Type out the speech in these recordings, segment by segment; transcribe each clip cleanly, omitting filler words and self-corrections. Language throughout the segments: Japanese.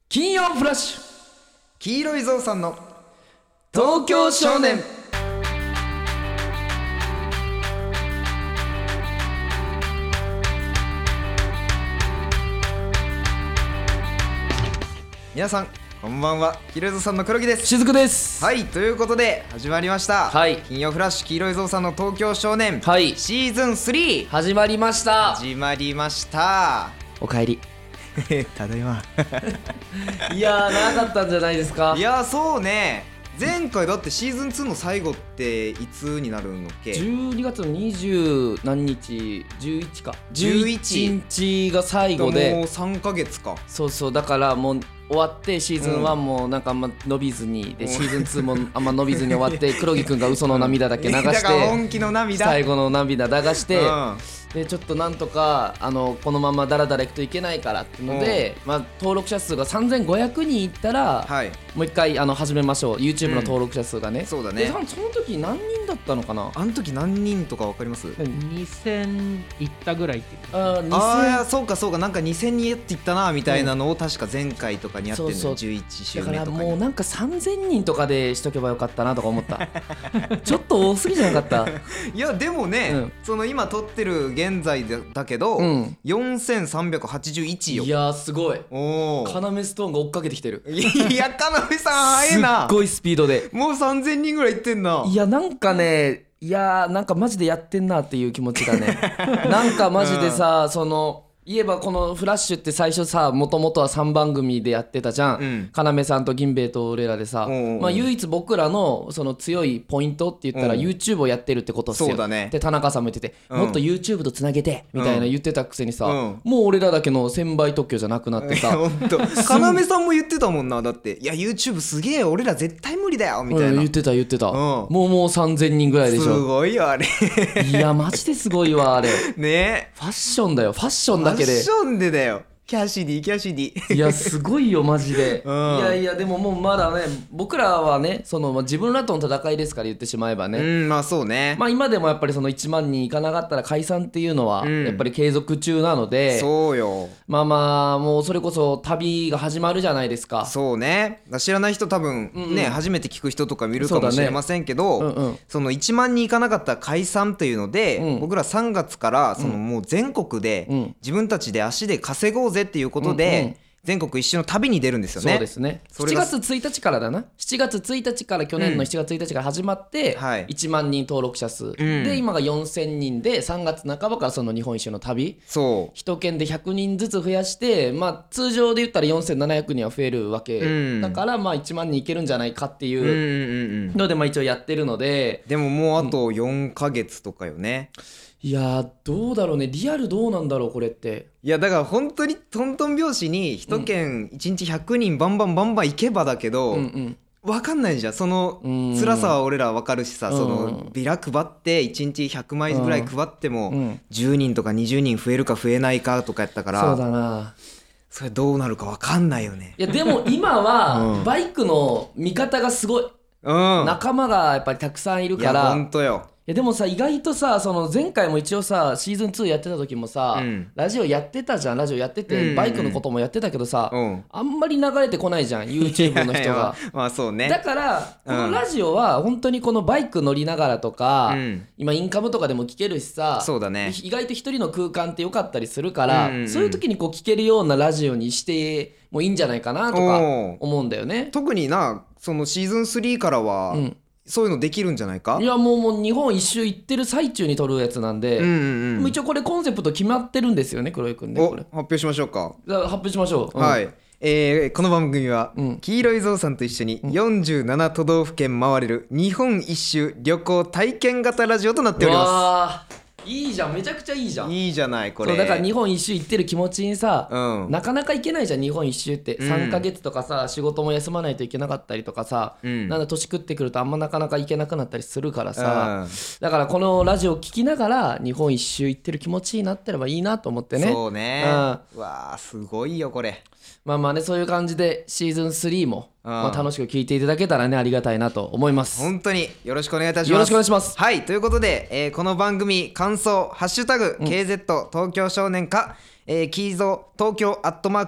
金曜フラッシュ黄色いぞうさんの東京少年。 皆さんこんばんは、黄色いぞうさんの黒木です。 しずくです。 はい、ということで始まりました、 はい、 金曜フラッシュ黄色いぞうさんの東京少年、 はい、 シーズン3 始まりました。 始まりました。 おかえりただいまいやー長かったんじゃないですか。 いやーそうね、前回だってシーズン2の最後っていつになるのっけ。 12月の20何日、11か 11 日が最後で、 もう3ヶ月か。 そうそう、だからもう終わってシーズン1もなんかあんま伸びずに、でシーズン2もあんま伸びずに終わって黒木くんが嘘の涙だけ流してだから本気の涙、 最後の涙流して、でちょっとなんとかこのままダラダラいくといけないからってので、登録者数が3500人いったら、 はい、 もう一回始めましょう。 YouTube の登録者数がね、 そうだね。 でその時何人だったのかな。 あの時何人とか分かります？ 2000いったぐらいって言って。 ああ、そうかそうか、なんか2000人って言ったなみたいなのを確か前回とかにやってるの、 そう 11週目とかに。 だからもうなんか3000人とかでしとけばよかったなとか思ったちょっと多すぎじゃなかったいやでもね、その今撮ってる現在だけど、4381よ。 いやーすごい。 おー、 カナメストーンが追っかけてきてる。 いやカナメさん早いな。 すっごいスピードでもう3000人ぐらいいってんな。 いやなんかね、いやなんかマジでやってんなっていう気持ちだねなんかマジでさ、言えばこのフラッシュって最初さ、もともとは3番組でやってたじゃん、要さんと銀兵衛と俺らでさ、唯一僕らのその強いポイントって言ったら YouTube をやってるってことっすよ。 そうだね。 で田中さんも言ってて、もっと YouTube とつなげてみたいな言ってたくせにさ、もう俺らだけの1000倍特許じゃなくなってさほんと要さんも言ってたもんな。だっていや YouTube すげえ俺ら絶対無理だよみたいな、 言ってた、もう3000人ぐらいでしょ。 すごいよあれいやマジですごいわあれね。 ファッションだよ、ファッションだけで。 ファッションでだよ。キャシディいやすごいよマジで、いやいやでももうまだね、僕らはね自分らとの戦いですから言ってしまえばね、 まあそうね。 今でもやっぱりその1万人いかなかったら解散っていうのはやっぱり継続中なので、 そうよ。 もうそれこそ旅が始まるじゃないですか。 そうね。知らない人多分ね、初めて聞く人とか見るかもしれませんけど、その1万人いかなかったら解散というので、僕ら3月からもう全国で自分たちで足で稼ごうぜっていうことで、全国一周の旅に出るんですよね。 そうですね。7月1日からだな。7月1日から去年の7月1日から始まって、1万人登録者数、で今が4000人で、3月半ばからその日本一周の旅、一県で100人ずつ増やして、通常で言ったら4700人は増えるわけ、だから1万人いけるんじゃないかっていうので一応やってるので。 でももうあと4ヶ月とかよね。 いやどうだろうね、リアルどうなんだろうこれって。 いやだから本当にトントン拍子に一県1日100人バンバン行けばだけど、分かんないじゃん。その辛さは俺ら分かるしさ、そのビラ配って1日100枚ぐらい配っても10人とか20人増えるか増えないかとかやったから、 そうだな、 それどうなるか分かんないよね。 いやでも今はバイクの味方がすごい、仲間がやっぱりたくさんいるから。 いや本当よ。 いやでもさ、意外とさ、前回も一応さシーズン2やってた時もさ、ラジオやってたじゃん。ラジオやってて、バイクのこともやってたけどさ、あんまり流れてこないじゃん YouTube の人がそうね。 だからこのラジオは本当にこのバイク乗りながらとか、今インカムとかでも聞けるしさ、 そうだね。 意外と一人の空間って良かったりするから、そういう時にこう聞けるようなラジオにしてもいいんじゃないかなとか思うんだよね。 特にな、そのシーズン3からは、そういうのできるんじゃないか。 いやもう日本一周行ってる最中に撮るやつなんで、一応これコンセプト決まってるんですよね、黒井くんね。これ発表しましょうか。 発表しましょう。 はい、この番組は、黄色いぞうさんと一緒に47都道府県回れる日本一周旅行体験型ラジオとなっております。 いいじゃん、めちゃくちゃいいじゃん。 いいじゃないこれ。 そうだから日本一周行ってる気持ちにさ、なかなか行けないじゃん日本一周って、3ヶ月とかさ仕事も休まないといけなかったりとかさ、なんだ年食ってくるとあんまなかなか行けなくなったりするからさ、だからこのラジオ聞きながら日本一周行ってる気持ちになってればいいなと思ってね。 そうね、うわーすごいよこれ。 まあまあね、そういう感じでシーズン3も、まあ、楽しく聞いていただけたらねありがたいなと思います。 本当によろしくお願いいたします。 よろしくお願いします。 はい、ということで、この番組感想ハッシュタグ、KZ 東京少年か、キーゾ東京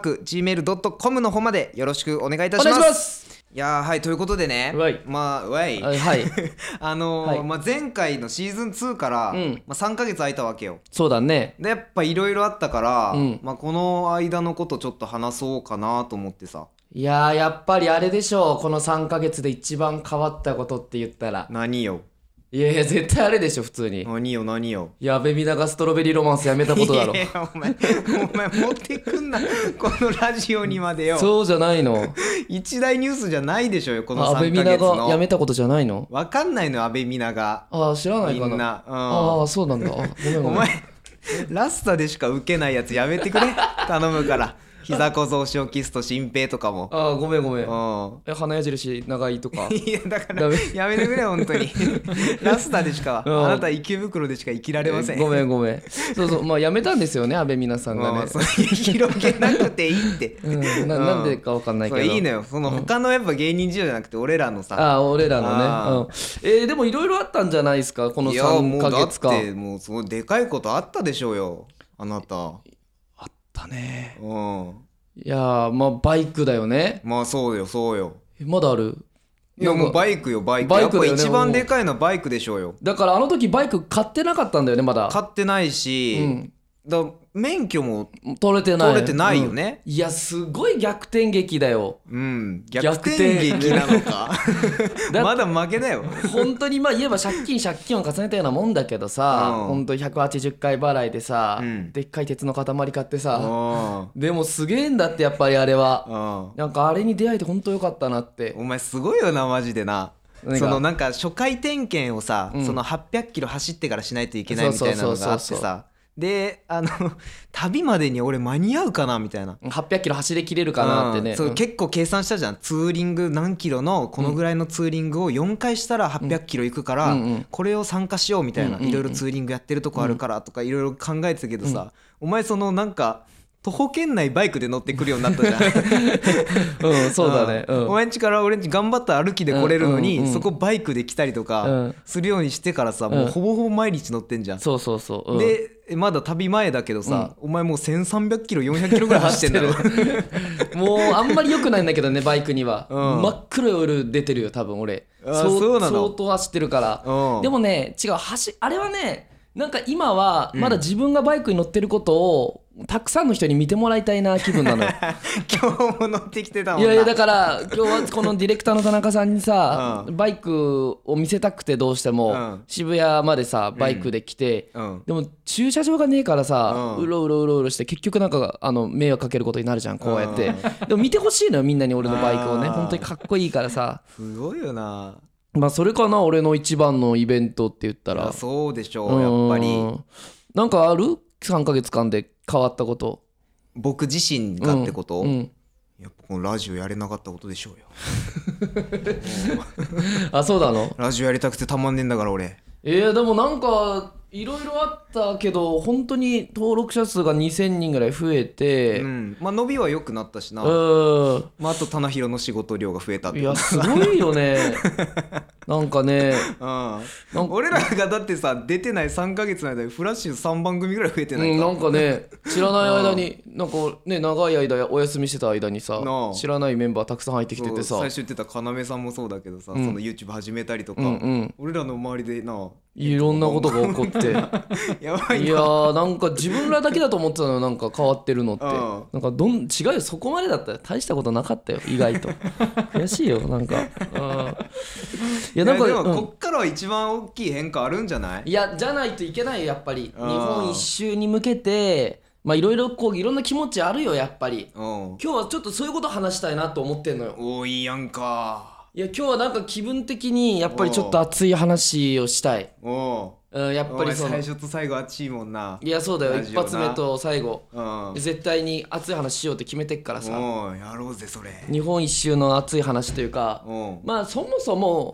@gmail.com の方までよろしくお願いいたします。 お願いします。 いやはい、ということでね、まあはいまあ、前回のシーズン2から、まあ、3ヶ月空いたわけよ。 そうだね。 でやっぱいろいろあったから、まあ、この間のことちょっと話そうかなと思ってさ。 いややっぱりあれでしょう、この3ヶ月で一番変わったことって言ったら。 何よ。 いやいや絶対あれでしょ普通に。 何よ何よ。 矢部美奈がストロベリーロマンスやめたことだろ。 いやお前持ってくんなこのラジオにまでよ。 そうじゃないの。 一大ニュースじゃないでしょよこの3ヶ月の。 矢部美奈がやめたことじゃないの。 分かんないの矢部美奈が。 ああ知らないかなみんな。ああそうなんだ。ごめんごめん。 お前ラスタでしか受けないやつやめてくれ頼むから。膝小僧シオキスト新平とかも。 ああごめんごめん。花矢印長いとか。 いやだからやめてくれ本当に。ラスタでしか、あなた池袋でしか生きられません。 ごめんごめん。そうそうまあやめたんですよね阿部美奈さんがね。 広げなくていいって。 なんでかわかんないけど。 いいのよその他のやっぱ芸人事情じゃなくて俺らのさ。 ああ俺らのね。でもいろいろあったんじゃないですかこの3ヶ月間。 いやもうだってもうすごいでかいことあったでしょうよあなた。 あったね。いやまあバイクだよね。 まあそうよそうよ。 まだある。 いやもうバイクよバイク。やっぱ一番でかいのはバイクでしょうよ。 だからあの時バイク買ってなかったんだよねまだ。 買ってないし、だ免許も取れてないよね。 いやすごい逆転劇だよ。 逆転劇なのか。まだ負けだよ。 本当にまあ言えば借金を重ねたようなもんだけどさ、本当に180回払いでさ、でっかい鉄の塊買ってさ、でもすげえんだってやっぱりあれは。なんかあれに出会えて本当よかったなって。 お前すごいよなマジでな。そのなんか初回点検をさ、その800キロ走ってからしないといけないみたいなのがあってさ。で旅までに俺間に合うかなみたいな。 800キロ走りきれるかなってね。 そう結構計算したじゃん。ツーリング何キロのこのぐらいのツーリングを4回したら800キロ行くからこれを参加しようみたいな。いろいろツーリングやってるとこあるからとかいろいろ考えてたけどさ、お前そのなんか徒歩圏内バイクで乗ってくるようになったじゃん。 そうだね。 お前んちから俺んち頑張った歩きで来れるのに、そこバイクで来たりとかするようにしてからさ、もうほぼほぼ毎日乗ってんじゃん。 そうそうそう。 でまだ旅前だけどさ、お前もう1300キロ400キロぐらい走ってんだろ。 もうあんまり良くないんだけどねバイクには。真っ黒いオイル出てるよ多分俺。 そうなの。 相当走ってるから。でもね違うあれはねなんか今はまだ自分がバイクに乗ってることをたくさんの人に見てもらいたいな気分なのよ。 今日も乗ってきてたもんな。 いやだから今日はこのディレクターの田中さんにさ、バイクを見せたくてどうしても、渋谷までさバイクで来て、でも駐車場がねえからさ、うろうろして結局なんか迷惑かけることになるじゃんこうやって。でも見てほしいのよみんなに俺のバイクをね。本当にかっこいいからさ。 すごいよな。 まあそれかな俺の一番のイベントって言ったら。 そうでしょうやっぱり。 なんかある3ヶ月間で変わったこと。 僕自身がってこと、やっぱこのラジオやれなかったことでしょうよ。 あそうなの。 ラジオやりたくてたまんねえんだから俺。 でもなんかいろいろあったけど本当に登録者数が2000人ぐらい増えて、 まあ伸びは良くなったしな。あと棚広の仕事量が増えたって。 いやすごいよね。なんかね俺らがだってさ出てない3ヶ月の間にフラッシュ3番組ぐらい増えてないか。 なんかね知らない間になんかね長い間お休みしてた間にさ知らないメンバーたくさん入ってきててさ。 最初言ってた要さんもそうだけどさ、その YouTube 始めたりとか、俺らの周りでないろんなことが起こってやばいな。 いやなんか自分らだけだと思ってたのよなんか変わってるのって。なんか違うよそこまでだったら大したことなかったよ意外と。悔しいよなんか。 いやなんかでもこっからは一番大きい変化あるんじゃない？ いやじゃないといけないよやっぱり。日本一周に向けてまあいろんな気持ちあるよやっぱり。今日はちょっとそういうこと話したいなと思ってんのよ。 おいやんか。 いや今日はなんか気分的にやっぱりちょっと熱い話をしたい。やっぱり最初と最後熱いもんな。 いやそうだよ一発目と最後、絶対に熱い話しようって決めてっからさ。 やろうぜそれ。 日本一周の熱い話というか、まあそもそも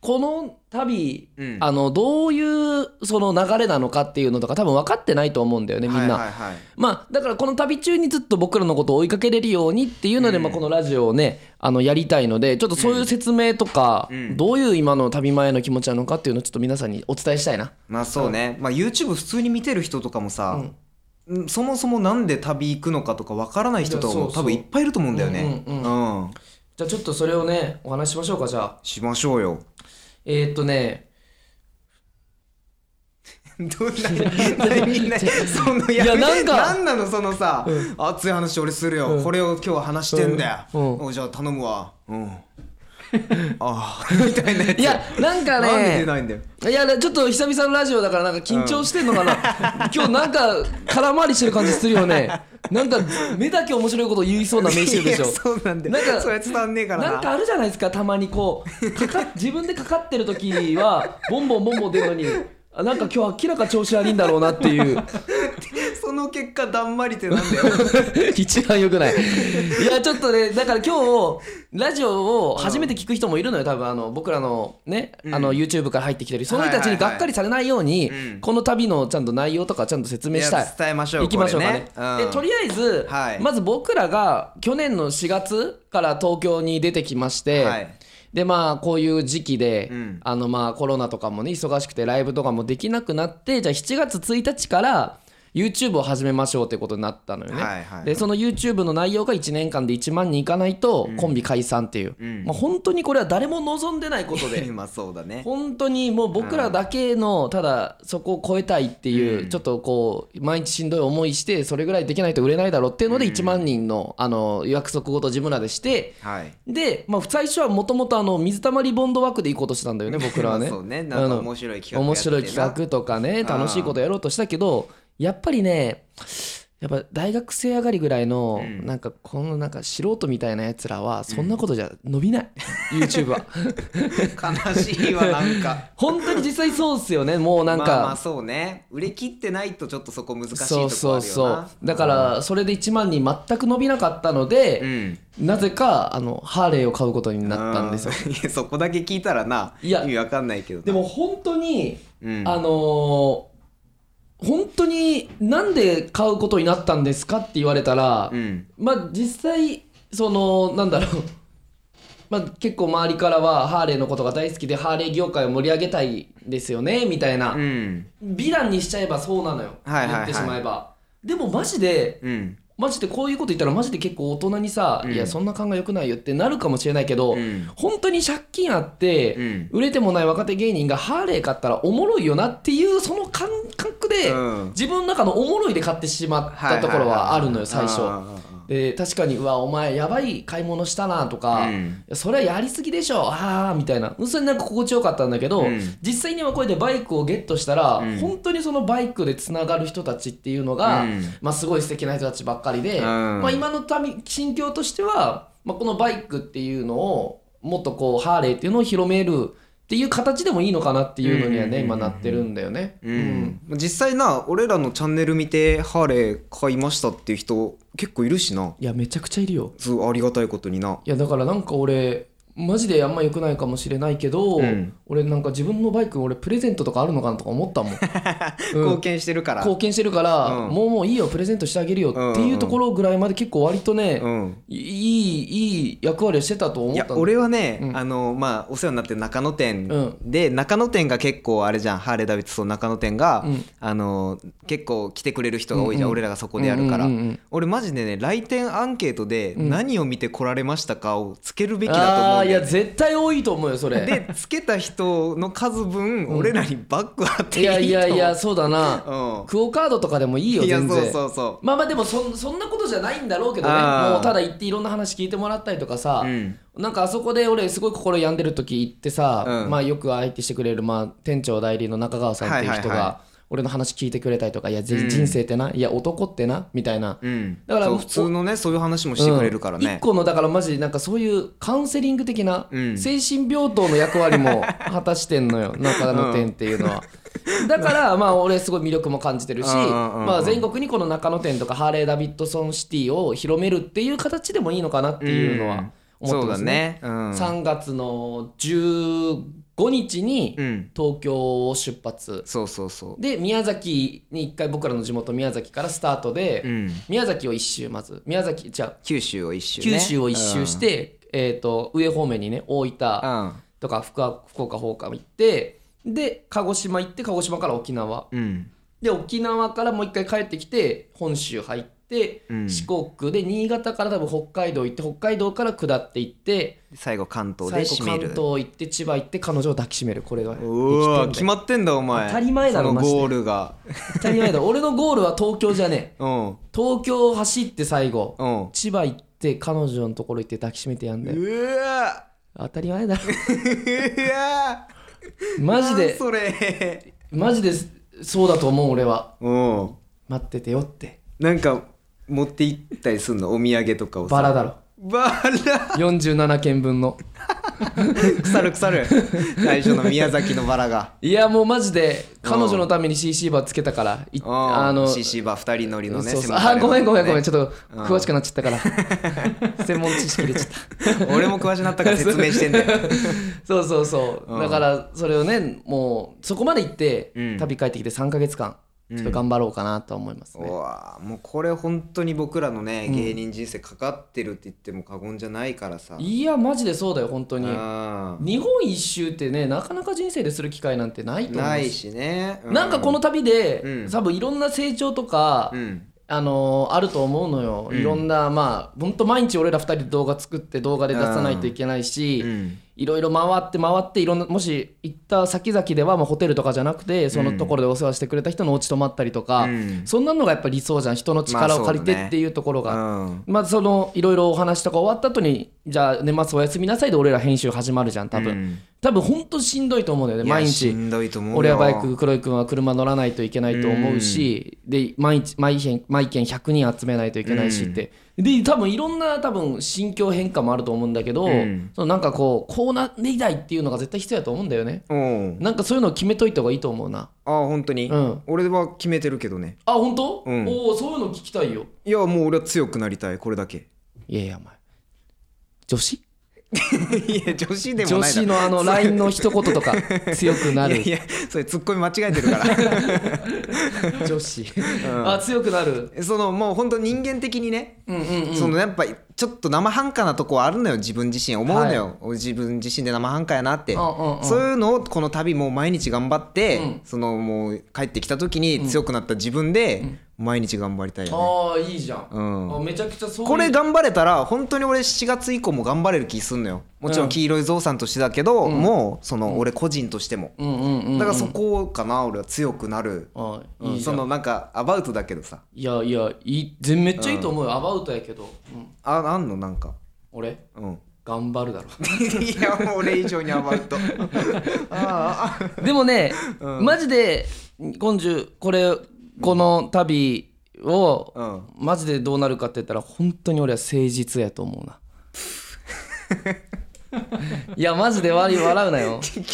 この旅、どういうその流れなのかっていうのとか多分分かってないと思うんだよねみんな、まあだからこの旅中にずっと僕らのことを追いかけれるようにっていうので、このラジオをねやりたいので、ちょっとそういう説明とか、どういう今の旅前の気持ちなのかっていうのをちょっと皆さんにお伝えしたいな。 まあそうね、YouTube 普通に見てる人とかもさ、そもそもなんで旅行くのかとか分からない人とかも多分いっぱいいると思うんだよね。 じゃあちょっとそれをねお話ししましょうか。じゃあしましょうよ。 どんなみんなそのやめなんなのそのさ、熱い話俺するよ、これを今日は話してんだよ、じゃあ頼むわ、ああみたいなやつ。 いやなんかね、 なんで出ないんだよ。 いやちょっと久々のラジオだからなんか緊張してんのかな、今日なんか空回りしてる感じするよね。なんか目だけ面白いこと言いそうな目してるでしょ。 そうなんだよ。なんかそれ伝わんねえからな。 なんかあるじゃないですか、たまにこう自分でかかってる時はボンボンボンボン出るのに、なんか今日明らか調子悪いんだろうなっていうその結果だんまりってなんだよ一番良くない。いやちょっとね、だから今日ラジオを初めて聞く人もいるのよ多分。僕らのねYouTube から入ってきたり、その人たちにがっかりされないように、この旅のちゃんと内容とかちゃんと説明したい。 伝えましょう。 行きましょうかね。でとりあえず、まず僕らが去年の4月から東京に出てきまして、でまあこういう時期で、まあコロナとかもね忙しくてライブとかもできなくなって、じゃあ7月1日から YouTube を始めましょうってことになったのよね。でその YouTube の内容が1年間で1万人いかないとコンビ解散っていう、まあ、本当にこれは誰も望んでないことでまあそうだね、 本当にもう僕らだけのただそこを超えたいっていう、ちょっとこう毎日しんどい思いして、それぐらいできないと売れないだろうっていうので1万人の約束事を自分らでして、で、まあ、最初はもともと水溜りボンド枠で行こうとしたんだよね僕らはね。 そうね、なんか面白い企画面白い企画とかね楽しいことやろうとしたけど、やっぱりね、やっぱ大学生上がりぐらいの、なんかこのなんか素人みたいなやつらはそんなことじゃ伸びない、YouTube は悲しいわなんか本当に実際そうっすよね。もうなんかまあそうね、売れ切ってないとちょっとそこ難しいとこあるよな。 そうだからそれで1万人全く伸びなかったので、なぜかハーレーを買うことになったんですよ。 いやそこだけ聞いたらな、意味わかんないけどな。 でも本当に、本当になんで買うことになったんですかって言われたら、まあ実際そのなんだろうまあ結構周りからはハーレーのことが大好きでハーレー業界を盛り上げたいですよねみたいな、ヴィランにしちゃえばそうなのよ、言ってしまえば。でもマジでこういうこと言ったらマジで結構大人にさ、いやそんな考え良くないよってなるかもしれないけど、本当に借金あって、売れてもない若手芸人がハーレー買ったらおもろいよなっていうその感覚で、自分の中のおもろいで買ってしまったところはあるのよ最初。で確かにうわお前やばい買い物したなとか、それはやりすぎでしょみたいな、それなんか心地よかったんだけど、実際にはこれでバイクをゲットしたら、本当にそのバイクでつながる人たちっていうのが、まあすごい素敵な人たちばっかりで、まあ今の心境としては、まあ、このバイクっていうのをもっとこうハーレーっていうのを広めるっていう形でもいいのかなっていうのにはね、今なってるんだよね。 実際な俺らのチャンネル見てハーレー買いましたっていう人結構いるしな。 いやめちゃくちゃいるよ。 ありがたいことにな。 いやだからなんか俺マジであんま良くないかもしれないけど、俺なんか自分のバイク俺プレゼントとかあるのかなとか思ったもん貢献してるから、 もういいよプレゼントしてあげるよっていうところぐらいまで結構割とね、いい役割をしてたと思ったんだ。 いや俺はね、まあお世話になってる中野店で、中野店が結構あれじゃん、ハーレーダビッドソン中野店が、結構来てくれる人が多いじゃん、俺らがそこでやるから、俺マジでね来店アンケートで何を見て来られましたかをつけるべきだと思う。 いや絶対多いと思うよそれでつけた人の数分、俺らにバックあっていいと。 いやそうだな、クオカードとかでもいいよ全然。まあでもそんなことじゃないんだろうけどね。もうただ行っていろんな話聞いてもらったりとかさ、なんかあそこで俺すごい心病んでる時行ってさ、まあよく相手してくれる、まあ、店長代理の中川さんっていう人が俺の話聞いてくれたりとか、いや人生ってな、いや男ってなみたいな、 だから普通のねそういう話もしてくれるからね、 一個のだからマジなんかそういうカウンセリング的な、精神病棟の役割も果たしてんのよ中野店っていうのは。だからまあ俺すごい魅力も感じてるし、まあ全国にこの中野店とかハーレーダビッドソンシティを広めるっていう形でもいいのかなっていうのは思ってますね。 そうだね、 3月の15日に東京を出発、 そうで宮崎に1回僕らの地元宮崎からスタートで、宮崎を1周まず九州を1周ね、 九州を1周して、上方面にね大分とか福岡方面行ってで鹿児島行って鹿児島から沖縄、で沖縄からもう1回帰ってきて本州入って、四国で新潟から多分北海道行って北海道から下っていって最後関東で締める、 関東行って千葉行って彼女を抱きしめる。これがうわ決まってんだお前。 当たり前だろそのゴールが当たり前だ俺のゴールは東京じゃねえ東京を走って最後千葉行って彼女のところ行って抱きしめてやんだよ。 うわ当たり前だろうわマジでそれマジでそうだと思う俺は。待っててよって。なんか持って行ったりすんのお土産とかをさ。 バラだろ。 バラ 47件分の腐る最初の宮崎のバラが。 いやもうマジで彼女のために CC バーつけたから CC バー2人乗りのね。 ごめんちょっと詳しくなっちゃったから専門知識出ちゃった俺も詳しくなったから説明してんだよそうだからそれをねもうそこまで行って旅帰ってきて3ヶ月間ちょっと頑張ろうかなと思いますね。 うわもうこれ本当に僕らのね芸人人生かかってるって言っても過言じゃないからさ。 いやマジでそうだよ本当に。日本一周ってねなかなか人生でする機会なんてないと思うないしね、 なんかこの旅で、多分いろんな成長とか、あると思うのよ、いろんなほんと毎日俺ら2人で動画作って動画で出さないといけないし、いろいろ回っていろんなもし行った先々ではホテルとかじゃなくてそのところでお世話してくれた人のお家泊まったりとか、そんなのがやっぱり理想じゃん。人の力を借りてっていうところが、そのいろいろお話とか終わった後にじゃあ年末お休みなさいで俺ら編集始まるじゃん多分ほんとしんどいと思うんだよね毎日。俺はバイク黒井君は車乗らないといけないと思うし、で毎軒100人集めないといけないしって、で多分いろんな心境変化もあると思うんだけど、そのなんかこうなりたいっていうのが絶対必要だと思うんだよね。なんかそういうのを決めといた方がいいと思うな。 本当に、俺は決めてるけどね。 本当？おそういうの聞きたいよ。 いやもう俺は強くなりたいこれだけ。 いやお前女子いや女子でもないだろ。 女子のLINE の一言とか強くなる。 いやそれツッコミ間違えてるから女子、強くなる。 もう本当人間的にね、やっぱちょっと生半可なとこあるのよ自分自身思うのよ、自分自身で生半可やなって、そういうのをこの旅もう毎日頑張って、もう帰ってきた時に強くなった自分で、毎日頑張りたいよね。いいじゃん、めちゃくちゃそういうこれ頑張れたら本当に俺7月以降も頑張れる気すんのよ。もちろん黄色いゾウさんとしてだけど、もう俺個人としても、だからそこかな俺は強くなる。いいじゃん。なんかアバウトだけどさ。 いやめっちゃいいと思うよ、アバウトやけど。 あんのなんか俺頑張るだろいやもう俺以上にアバウトでもね、マジで今週この旅を、マジでどうなるかって言ったら本当に俺は誠実やと思うな。いやマジで笑うなよ。誠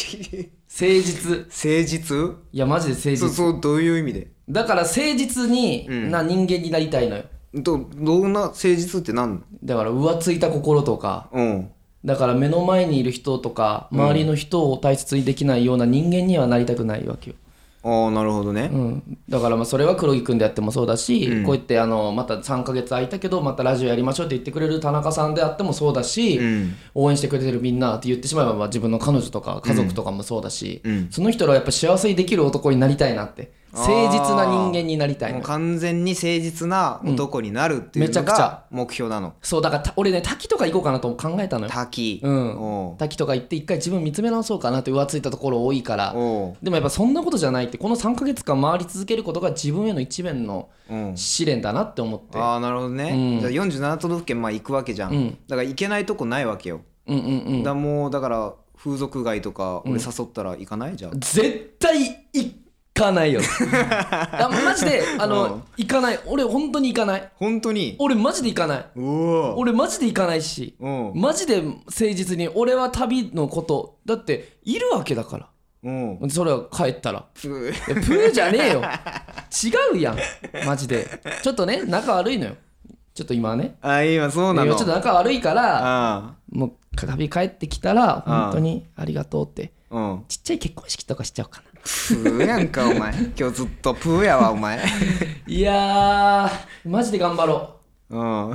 実いやマジで誠実。 そうどういう意味で？ だから誠実にな人間になりたいのよ。 どんな誠実って何？ だから浮ついた心とか、だから目の前にいる人とか周りの人を大切にできないような人間にはなりたくないわけよ。 なるほどね、 だからそれは黒木君でやってもそうだし、こうやってまた3ヶ月空いたけどまたラジオやりましょうって言ってくれる田中さんであってもそうだし、応援してくれてるみんなって言ってしまえば自分の彼女とか家族とかもそうだし、その人らはやっぱ幸せにできる男になりたいなって、誠実な人間になりたいの。 もう完全に誠実な男になるっていうのが目標なの。 そうだから俺ね滝とか行こうかなと考えたのよ。 滝とか行って一回自分見つめ直そうかなって浮ついたところ多いから。でもやっぱそんなことじゃないって、この3ヶ月間回り続けることが自分への一番の試練だなって思って。 なるほどね、じゃあ47都道府県行くわけじゃん、だから行けないとこないわけよ。だから風俗街とか俺誘ったら行かない？じゃあ絶対行かないよマジで行かない。俺本当に行かない。 本当に俺マジで行かない。俺マジで行かないし、マジで誠実に俺は旅のことだっているわけだから、それは帰ったらプーじゃねえよ違うやんマジで。ちょっとね仲悪いのよちょっと今はね。 今そうなの。 ちょっと仲悪いからもう旅帰ってきたら本当にありがとうって、ちっちゃい結婚式とかしちゃおうかな。 プーやんかお前今日ずっとプーやわお前いやーマジで頑張ろう。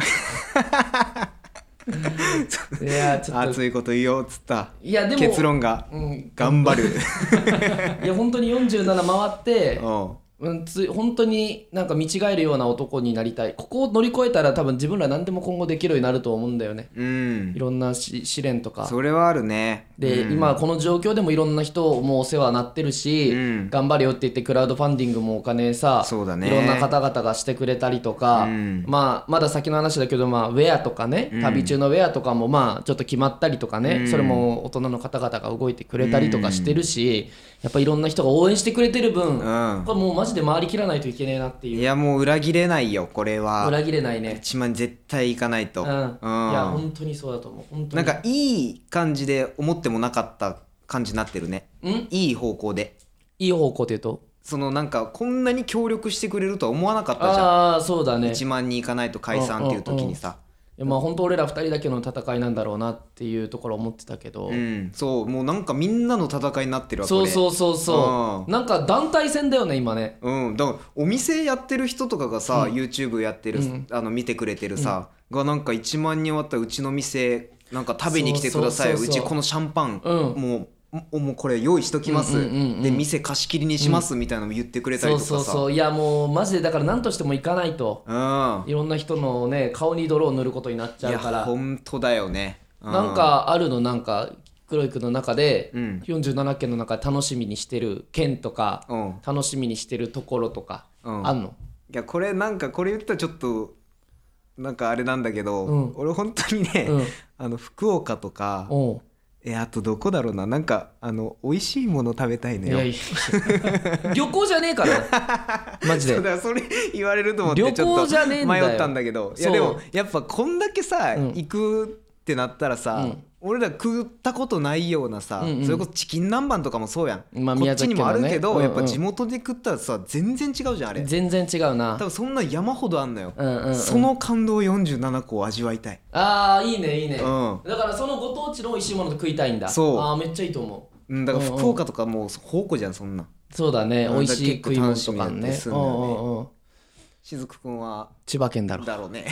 いやちょっと熱いこと言おうっつった。 いやでも結論が、頑張るいや本当に47回って本当になんか見違えるような男になりたい。ここを乗り越えたら多分自分ら何でも今後できるようになると思うんだよね。いろんな試練とかそれはあるね。 で、今この状況でもいろんな人もお世話になってるし、頑張れよって言ってクラウドファンディングもお金さ、 そうだね、 いろんな方々がしてくれたりとか、まだ先の話だけど、ウェアとかね、旅中のウェアとかもちょっと決まったりとかね、それも大人の方々が動いてくれたりとかしてるし、やっぱいろんな人が応援してくれてる分、これもうマジで回りきらないといけねえなっていう。 いやもう裏切れないよこれは。 裏切れないね。 1万絶対行かないと。いや本当にそうだと思う。本当になんかいい感じで思ってもなかった感じになってるね。いい方向で。 いい方向っていうとそのなんかこんなに協力してくれるとは思わなかったじゃん。 そうだね。 1万人行かないと解散っていう時にさ、 いや本当俺ら2人だけの戦いなんだろうなっていうところ思ってたけど、 そうもうなんかみんなの戦いになってるわ。 そう、なんか団体戦だよね今ね。 だからお店やってる人とかがさ、YouTube やってる、見てくれてるさ、がなんか1万人終わったらうちの店なんか食べに来てください、うちこのシャンパン、もうこれ用意しときます、で店貸し切りにします、みたいなのも言ってくれたりとかさ、 いやもうマジでだから何としても行かないと、いろんな人のね顔に泥を塗ることになっちゃうから。 いや本当だよね。 なんかあるのなんか黒井くんの中で、47件の中で楽しみにしてる県とか、楽しみにしてるところとか、あんの？ いやこれなんかこれ言ったらちょっとなんかあれなんだけど、俺本当にね、福岡とか、あとどこだろうな、なんか美味しいもの食べたいのよ。 旅行じゃねえからマジで。 そうだそれ言われると思ってちょっと迷ったんだけど、いやでもやっぱこんだけさ、行くってなったらさ、俺ら食ったことないようなさ、それこそチキン南蛮とかもそうやん、こっちにもあるけど、やっぱ地元で食ったらさ全然違うじゃんあれ。 全然違うな。 多分そんな山ほどあんのよ、その感動47個を味わいたい。 いいねいいね、だからそのご当地の美味しいものと食いたいんだ。そうめっちゃいいと思う。だから福岡とかもう宝庫じゃんそんな。 そうだね、美味しい食い物とかね。 しずくくんは千葉県だろうね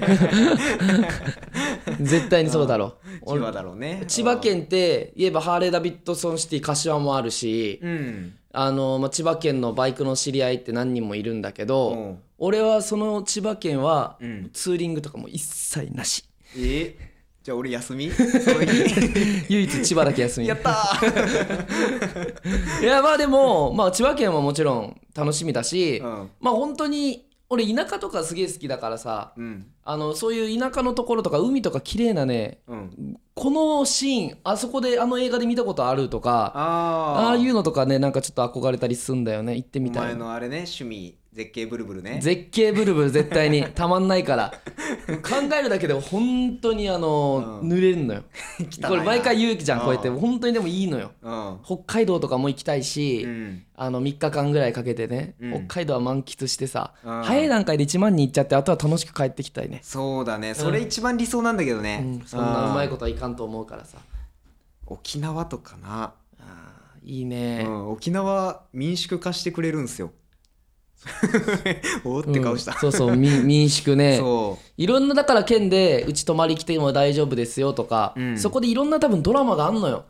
絶対にそうだろう。 千葉だろうね。 千葉県って言えばハーレーダビッドソンシティ柏もあるし、千葉県のバイクの知り合いって何人もいるんだけど、俺はその千葉県はツーリングとかも一切なし。 じゃあ俺休み唯一千葉だけ休み。 やったーいやでも千葉県はもちろん楽しみだし、本当に俺田舎とかすげえ好きだからさ、そういう田舎のところとか海とか綺麗なね、このシーンあそこで映画で見たことあるとか、ああいうのとかねなんかちょっと憧れたりすんだよね。行ってみたい。 お前のあれね趣味絶景ブルブルね。 絶景ブルブル絶対にたまんないから考えるだけで本当に濡れるのよこれ毎回言うじゃんこうやって。本当にでもいいのよ。北海道とかも行きたいし、3日間ぐらいかけてね、北海道は満喫してさ、早い段階で1万人行っちゃってあとは楽しく帰ってきたいね。 そうだね、それ一番理想なんだけどね、 そんなうまいことはいかんと思うからさ。 沖縄とかな。 いいね、 沖縄民宿化してくれるんすよおって顔した、 そう民宿ね。いろんなだから県でうち泊まり来ても大丈夫ですよとか、そこでいろんな多分ドラマがあんのよ。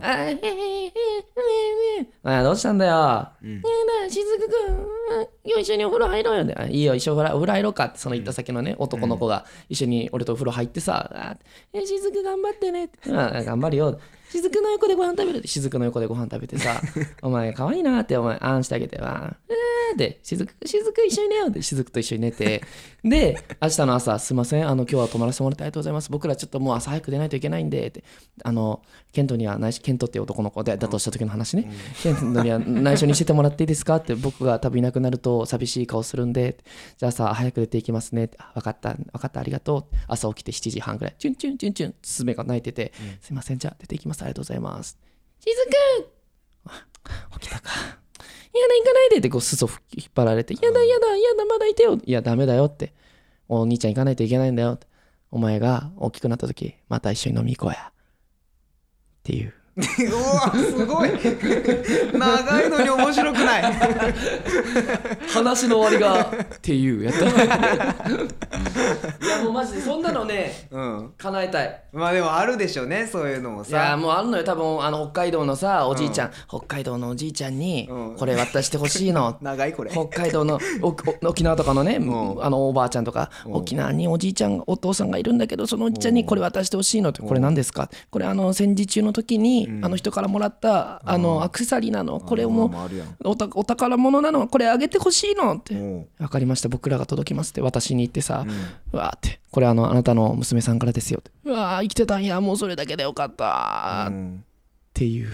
どうしたんだよ、しずくくん一緒にお風呂入ろうよね。いいよ一緒にお風呂入ろうかって、その行った先のね男の子が一緒に俺とお風呂入ってさ、しずく頑張ってねって、頑張るよ、しずくの横でご飯食べるって、しずくの横でご飯食べてさお前可愛いなってお前あんしてあげてでしずく一緒に寝ようって、しずくと一緒に寝てで明日の朝すいません今日は泊まらせてもらってありがとうございます、僕らちょっともう朝早く出ないといけないんでって、ケントには内緒、ケントっていう男の子でだとした時の話ね、ケントには内緒にしてもらっていいですかって、僕が多分いなくなると寂しい顔するんで、じゃあ朝早く出ていきますねって、分かったありがとう。朝起きて7時半ぐらいチュンチュンチュンチュンスズメが鳴いてて、すいませんじゃあ出ていきます、ありがとうございます、しずく起きたか、やだ行かないでってこう裾引っ張られて、やだまだいてよ、いやダメだよって、お兄ちゃん行かないといけないんだよって、 お前が大きくなった時また一緒に飲み行こうやっていううわすごい長いのに面白くない話の終わりがっていうやったいやもうマジでそんなのね、叶えたい。 まあでもあるでしょうねそういうのもさ。 いやもうあるのよ多分北海道のさおじいちゃん、北海道のおじいちゃんにこれ渡してほしいの長いこれ北海道の沖縄とかのねおばあちゃんとか沖縄におじいちゃんお父さんがいるんだけどそのおじいちゃんにこれ渡してほしいのってこれ何ですかこれ戦時中の時に人からもらったアクセサリーなのこれもお宝物なのこれあげてほしいのって分かりました僕らが届きますって私に言ってさうわーってこれあなたの娘さんからですよってうわー生きてたんやもうそれだけでよかったっていう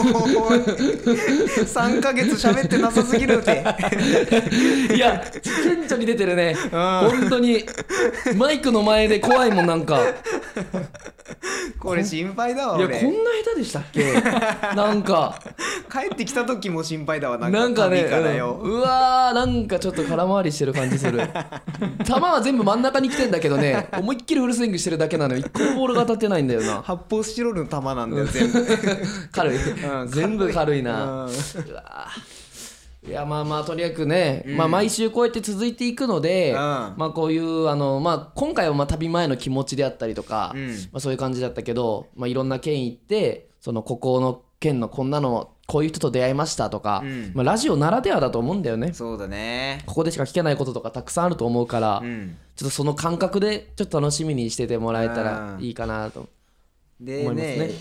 3ヶ月喋ってなさすぎるっていや顕著に出てるね本当にマイクの前で怖いもんなんかこれ心配だわ俺。いやこんな下手でしたっけなんか帰ってきた時も心配だわなんかね、うわーなんかちょっと空回りしてる感じする球は全部真ん中に来てんだけどね思いっきりフルスイングしてるだけなのよ一個もボールが当たってないんだよな発泡スチロールの球なんだよ全部軽い、全部軽いな、うわいやまあとにかくね、毎週こうやって続いていくので、こういう今回は旅前の気持ちであったりとか、そういう感じだったけど、いろんな県行ってここの県のこんなのこういう人と出会いましたとか、ラジオならではだと思うんだよね。 そうだね。 ここでしか聞けないこととかたくさんあると思うから、ちょっとその感覚でちょっと楽しみにしててもらえたらいいかなと思いますね。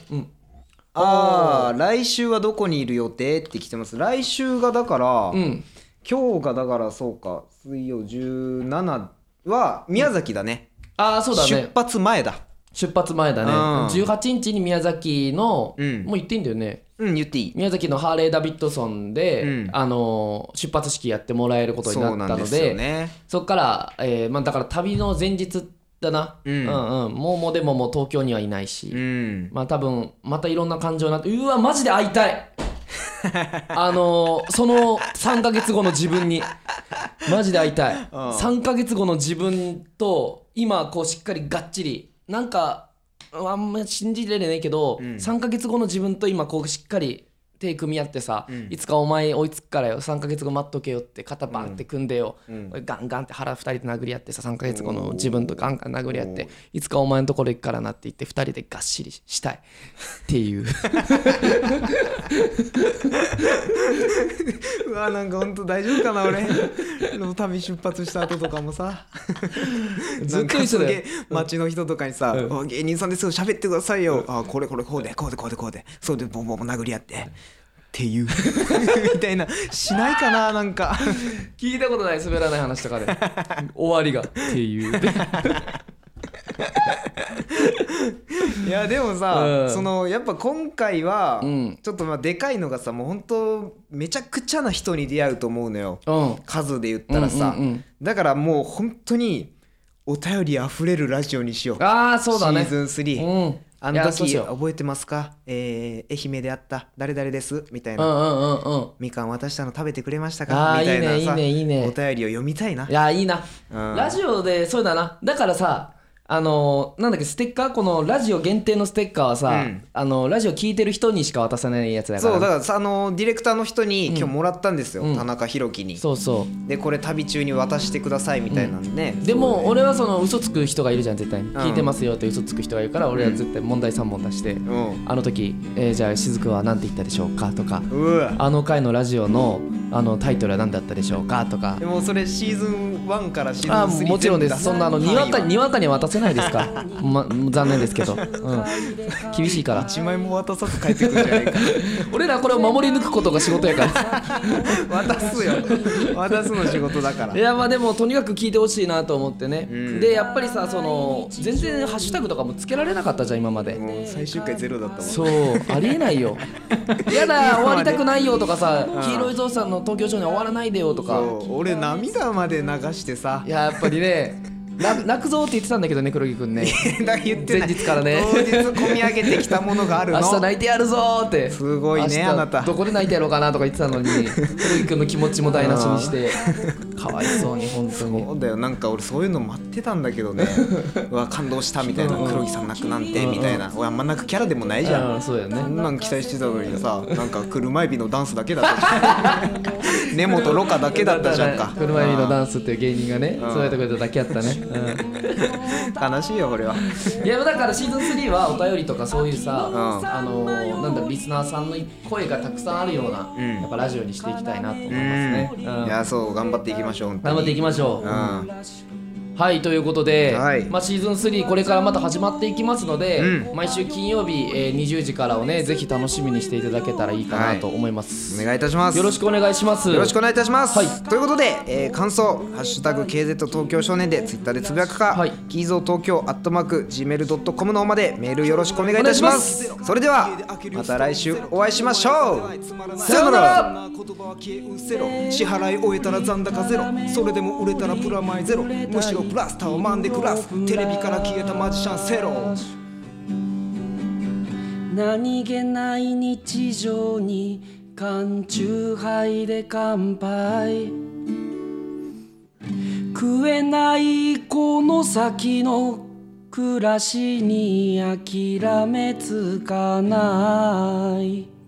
来週はどこにいる予定って来てます。来週がだから、今日がだからそうか水曜17は宮崎だね。 そうだね。 出発前だね。 18日に宮崎の、もう言っていいんだよね。 言っていい。 宮崎のハーレーダビッドソンで、出発式やってもらえることになったので、そっから、だから旅の前日だな、もうでももう東京にはいないし、多分またいろんな感情になってうわマジで会いたいその3ヶ月後の自分にマジで会いたい3ヶ月後の自分と今こうしっかりがっちりなんかあんま信じれないけど、3ヶ月後の自分と今こうしっかり手組み合ってさ、いつかお前追いつくからよ3ヶ月後待っとけよって肩バンって組んでよ、ガンガンって腹2人で殴り合ってさ3ヶ月後の自分とガンガン殴り合っていつかお前のところ行くからなって言って2人でがっしりしたいっていううわなんかほんと大丈夫かな俺の旅出発した後とかもさずっと一緒だよ街の人とかにさ、芸人さんですぐ喋ってくださいよこれこうでそうでボンボン殴り合ってっていうみたいなしないかななんか聞いたことない滑らない話とかで終わりがっていういやでもさ、やっぱ今回はちょっとでかいのがさもう本当めちゃくちゃな人に出会うと思うのよ、数で言ったらさ、だからもう本当にお便りあふれるラジオにしよう。 そうだね。 シーズン3、あの時覚えてますか、愛媛であった誰々ですみたいな、みかん渡したの食べてくれましたかみたいなさ、いいねお便りを読みたいな。 いやいいな、ラジオでそうだな。だからさなんだっけステッカーこのラジオ限定のステッカーはさ、ラジオ聞いてる人にしか渡さないやつだから。 そうだからさディレクターの人に今日もらったんですよ、田中宏樹に。でこれ旅中に渡してくださいみたいなんでね、 でも俺は嘘つく人がいるじゃん絶対に、聞いてますよって嘘つく人がいるから俺は絶対問題3問出して、あの時、じゃあ雫は何て言ったでしょうかとか、あの回のラジオのタイトルは何だったでしょうかとか。 でもそれシーズン1からシーズン3 もちろんです。そんなにわかに渡せないですから、残念ですけど、厳しいから 1枚も渡さず帰ってくるんじゃないか俺らこれを守り抜くことが仕事やから渡すの仕事だから。 いやでもとにかく聞いてほしいなと思ってね、でやっぱりさ全然ハッシュタグとかもつけられなかったじゃん今まで。 もう最終回ゼロだったもん。 そうありえないよやだ終わりたくないよとかさ、黄色いゾウさんの東京少年終わらないでよとか。 俺涙まで流してさ、 やっぱりね泣くぞって言ってたんだけどね黒木くんね言ってない前日からね当日込み上げてきたものがあるの明日泣いてやるぞってすごいねあなたどこで泣いてやろうかなとか言ってたのに黒木くんの気持ちも台無しにしてかわいそうに本当に。 そうだよ、なんか俺そういうの待ってたんだけどねうわ感動したみたいな、黒木さん泣くなんてみたいな、俺あんま泣くキャラでもないじゃん。 そうやね、 そんなん期待してたのにさ、なんか車エビのダンスだけだったじゃん根本ロカだけだったじゃんか。 車エビのダンスっていう芸人がね、そうやってくれただけやったね。 悲しいよ俺は。 いやだからシーズン3はお便りとかそういうさ、なんだリスナーさんの声がたくさんあるような、やっぱラジオにしていきたいなと思いますね。 いやそう頑張っていきましょう。 頑張っていきましょう。はいということで、シーズン3これからまた始まっていきますので、毎週金曜日、20時からをねぜひ楽しみにしていただけたらいいかなと思います。 お願いいたします。 よろしくお願いします。 よろしくお願いいたします。ということで、感想ハッシュタグ KZ 東京少年でツイッターでつぶやくか、キーゾー東京@gmail.com の方までメールよろしくお願いいたします。それではまた来週お会いしましょう。さよなら。支払い終えたら残高ゼロ、それでも売れたらプラマイゼロ、むしろプラスタワマンで暮らす、テレビから消えたマジシャンセロ。 何気ない日常に缶チューハイで乾杯、食えないこの先の暮らしに諦めつかない。